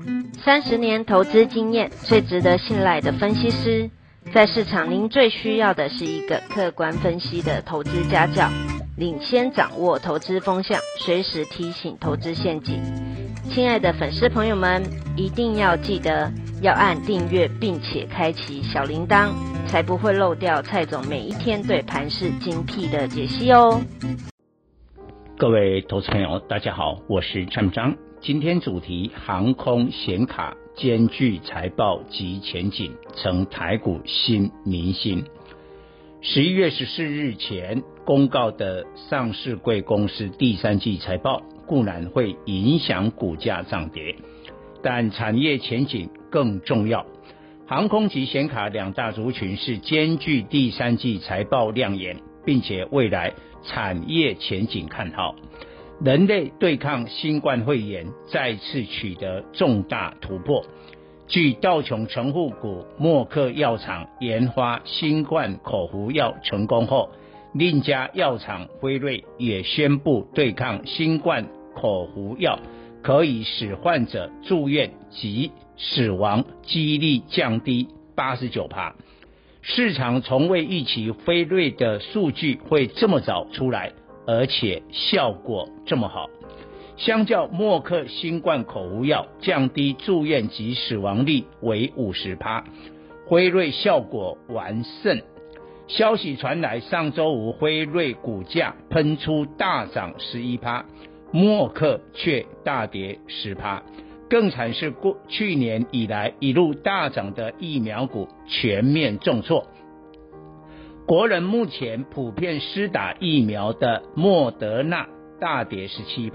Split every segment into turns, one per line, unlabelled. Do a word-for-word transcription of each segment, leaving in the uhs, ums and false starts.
三十年投资经验，最值得信赖的分析师。在市场，您最需要的是一个客观分析的投资家教，领先掌握投资风向，随时提醒投资陷阱。亲爱的粉丝朋友们，一定要记得要按订阅，并且开启小铃铛，才不会漏掉蔡总每一天对盘势精辟的解析哦。
各位投资朋友，大家好，我是蔡明彰。今天主题：航空显卡兼具财报及前景，成台股新明星。十一月十四日前公告的上市柜公司第三季财报，固然会影响股价涨跌，但产业前景更重要。航空及显卡两大族群是兼具第三季财报亮眼，并且未来产业前景看好。人类对抗新冠肺炎再次取得重大突破。据道琼成分股默克药厂研发新冠口服药成功后，另一家药厂辉瑞也宣布对抗新冠口服药可以使患者住院及死亡几率降低 百分之八十九。 市场从未预期辉瑞的数据会这么早出来，而且效果这么好。相较默克新冠口服药降低住院及死亡率为 百分之五十， 辉瑞效果完胜。消息传来，上周五辉瑞股价喷出大涨 百分之十一， 默克却大跌 百分之十。 更惨是过去年以来一路大涨的疫苗股全面重挫。国人目前普遍施打疫苗的莫德纳大跌 百分之十七，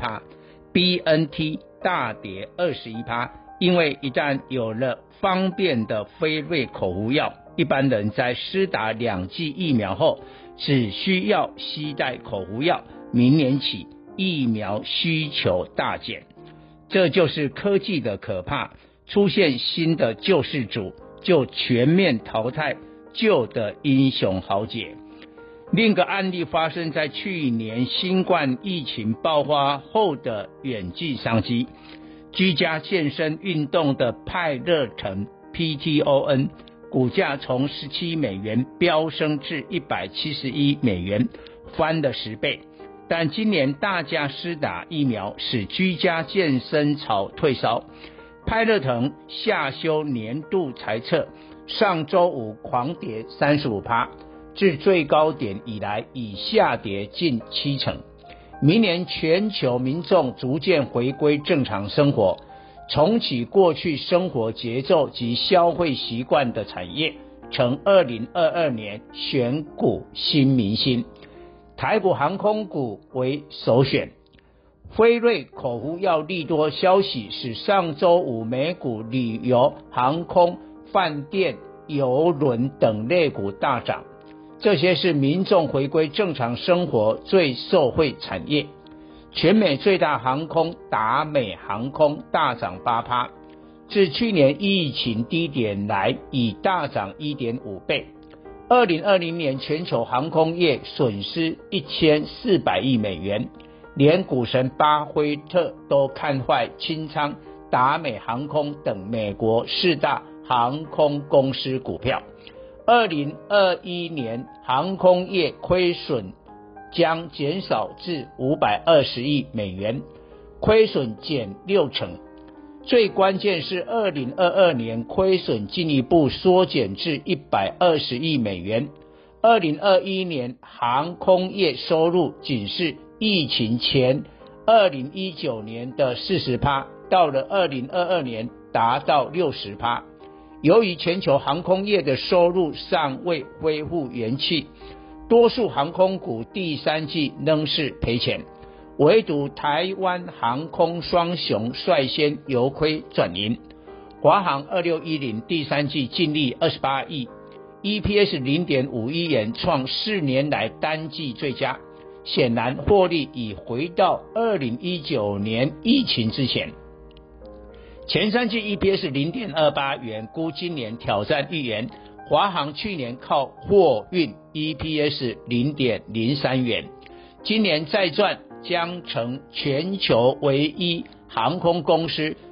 B N T 大跌 百分之二十一， 因为一旦有了方便的辉瑞口服药，一般人在施打两剂疫苗后只需要携带口服药，明年起疫苗需求大减。这就是科技的可怕，出现新的救世主，就全面淘汰旧的英雄豪杰。另一个案例发生在去年新冠疫情爆发后的远距商机，居家健身运动的派乐腾 P T O N 股价从十七美元飙升至一百七十一美元，翻了十倍。但今年大家施打疫苗，使居家健身潮退烧，派乐腾下修年度财测，上周五狂跌 百分之三十五， 至最高点以来已下跌近七成。明年全球民众逐渐回归正常生活，重启过去生活节奏及消费习惯的产业，成二零二二年选股新明星。台股航空股为首选。辉瑞口服药利多消息使上周五美股旅游、航空、饭店、邮轮等类股大涨，这些是民众回归正常生活最受惠产业。全美最大航空达美航空大涨 百分之八， 自去年疫情低点来已大涨 一点五倍。二零二零年全球航空业损失一千四百亿美元，连股神巴菲特都看坏清仓达美航空等美国四大航空公司股票。二零二一年航空业亏损将减少至五百二十亿美元，亏损减六成。最关键是二零二二年亏损进一步缩减至一百二十亿美元。二零二一年航空业收入仅是疫情前二零一九年的 百分之四十， 到了二零二二年达到 百分之六十。 由于全球航空业的收入尚未恢复元气，多数航空股第三季仍是赔钱，唯独台湾航空双雄率先由亏转盈。华航二六一零第三季净利二十八亿， E P S 零点五一元，创四年来单季最佳，显然获利已回到二零一九年疫情之前。前三季 E P S 零点二八元，估今年挑战一元。华航去年靠货运 E P S 零点零三元，今年再赚将成全球唯一航空公司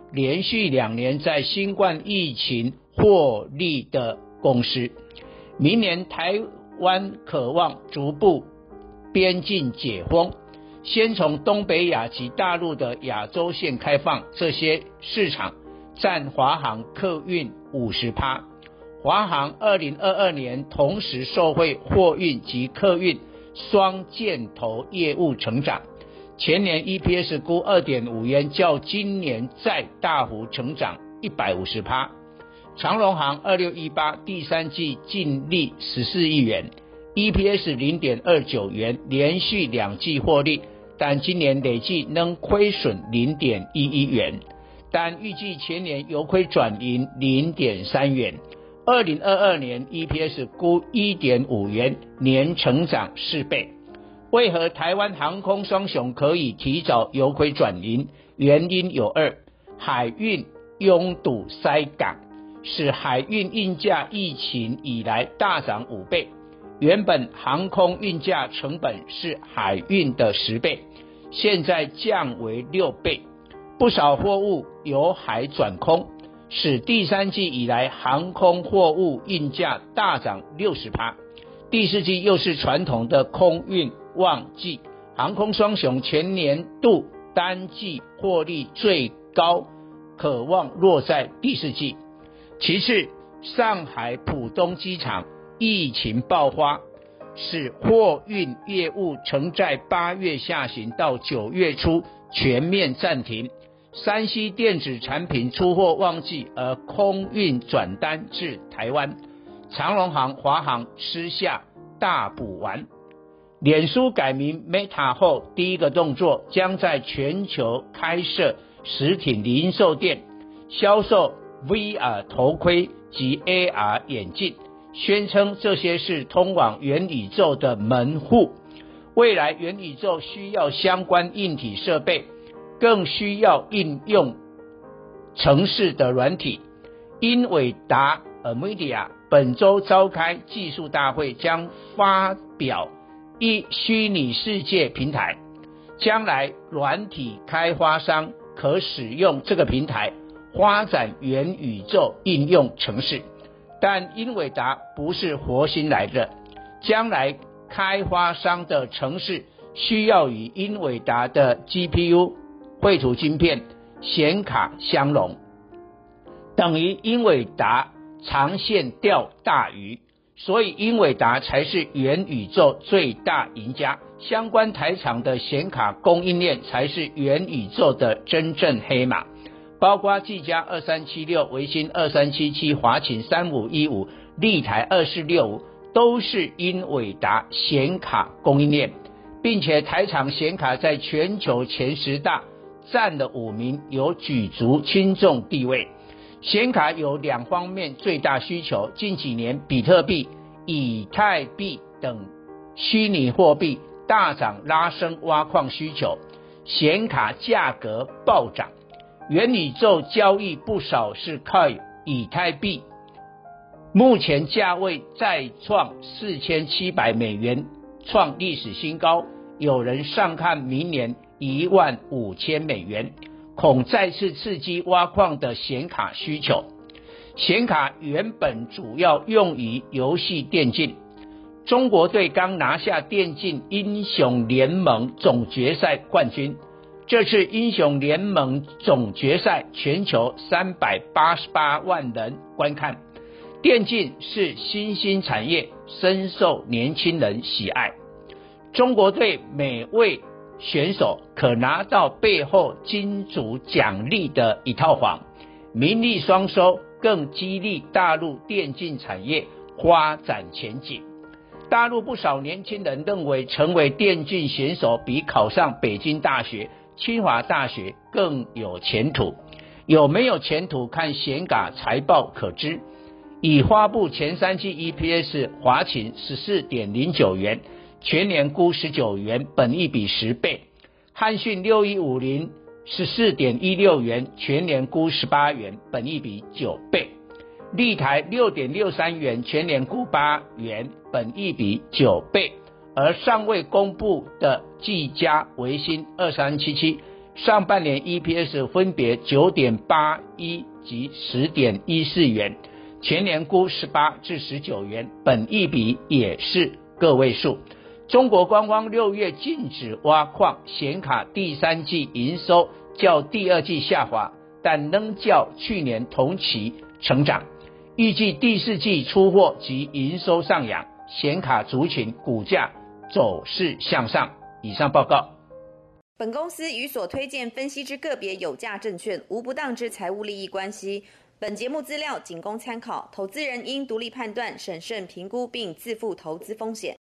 连续两年在新冠疫情获利的公司。明年台湾渴望逐步边境解封，先从东北亚及大陆的亚洲线开放，这些市场占华航客运 百分之五十。 华航二零二二年同时受惠货运及客运双箭头业务成长，前年 E P S 估 二点五元，较今年再大幅成长 一百五十。 长荣航二六一八第三季净利十四亿元， E P S 零点二九元，连续两季获利，但今年累计仍亏损 零点一一元，但预计前年由亏转盈 零点三元。二零二二年 E P S 估 一点五元，年成长四倍。为何台湾航空双雄可以提早由亏转盈？原因有二：海运拥堵塞港，使海运运价疫情以来大涨五倍。原本航空运价成本是海运的十倍，现在降为六倍。不少货物由海转空，使第三季以来航空货物运价大涨 百分之六十。 第四季又是传统的空运旺季，航空双雄全年度单季获利最高，可望落在第四季。其次，上海浦东机场疫情爆发，使货运业务曾在八月下旬到九月初全面暂停。三 C 电子产品出货旺季，而空运转单至台湾，长荣航、华航吃下大补丸。脸书改名 Meta 后，第一个动作将在全球开设实体零售店，销售 V R 头盔及 A R 眼镜，宣称这些是通往元宇宙的门户。未来元宇宙需要相关硬体设备，更需要应用程式的软体。英伟达 NVIDIA 本周召开技术大会，将发表一虚拟世界平台，将来软体开发商可使用这个平台发展元宇宙应用程式。但英伟达不是活星来的，将来开发商的程式需要与英伟达的 G P U、 绘图晶片、显卡相容，等于英伟达长线钓大鱼，所以英伟达才是元宇宙最大赢家。相关台厂的显卡供应链才是元宇宙的真正黑马，包括技嘉二三七六、微星二三七七、华擎三五一五、立台二四六五都是英伟达显卡供应链，并且台厂显卡在全球前十大占了五名，有举足轻重地位。显卡有两方面最大需求，近几年比特币、以太币等虚拟货币大涨，拉升挖矿需求，显卡价格暴涨。元宇宙交易不少是靠以太币，目前价位再创四千七百美元，创历史新高，有人上看明年一万五千美元，恐再次刺激挖矿的显卡需求。显卡原本主要用于游戏电竞，中国队刚拿下电竞英雄联盟总决赛冠军，这次英雄联盟总决赛全球三百八十八万人观看。电竞是新兴产业，深受年轻人喜爱。中国队每位选手可拿到背后金主奖励的一套房，名利双收，更激励大陆电竞产业发展前景。大陆不少年轻人认为，成为电竞选手比考上北京大学、清华大学更有前途。有没有前途，看显卡财报可知。已发布前三季 E P S， 华擎 十四点零九元，全年估十九元，本益比十倍。汉讯六一五零 十四点一六元，全年估十八元，本益比九倍。立台 六点六三元，全年估八元，本益比九倍。而尚未公布的技嘉、微星二三七七上半年 E P S 分别 九点八一 及 十点一四元，全年估十八至十九元，本益比也是个位数。中国官方六月禁止挖矿，显卡第三季营收较第二季下滑，但仍较去年同期成长。预计第四季出货及营收上扬，显卡族群股价走势向上。以上报告。
本公司与所推荐分析之个别有价证券无不当之财务利益关系。本节目资料仅供参考，投资人应独立判断、审慎评估并自负投资风险。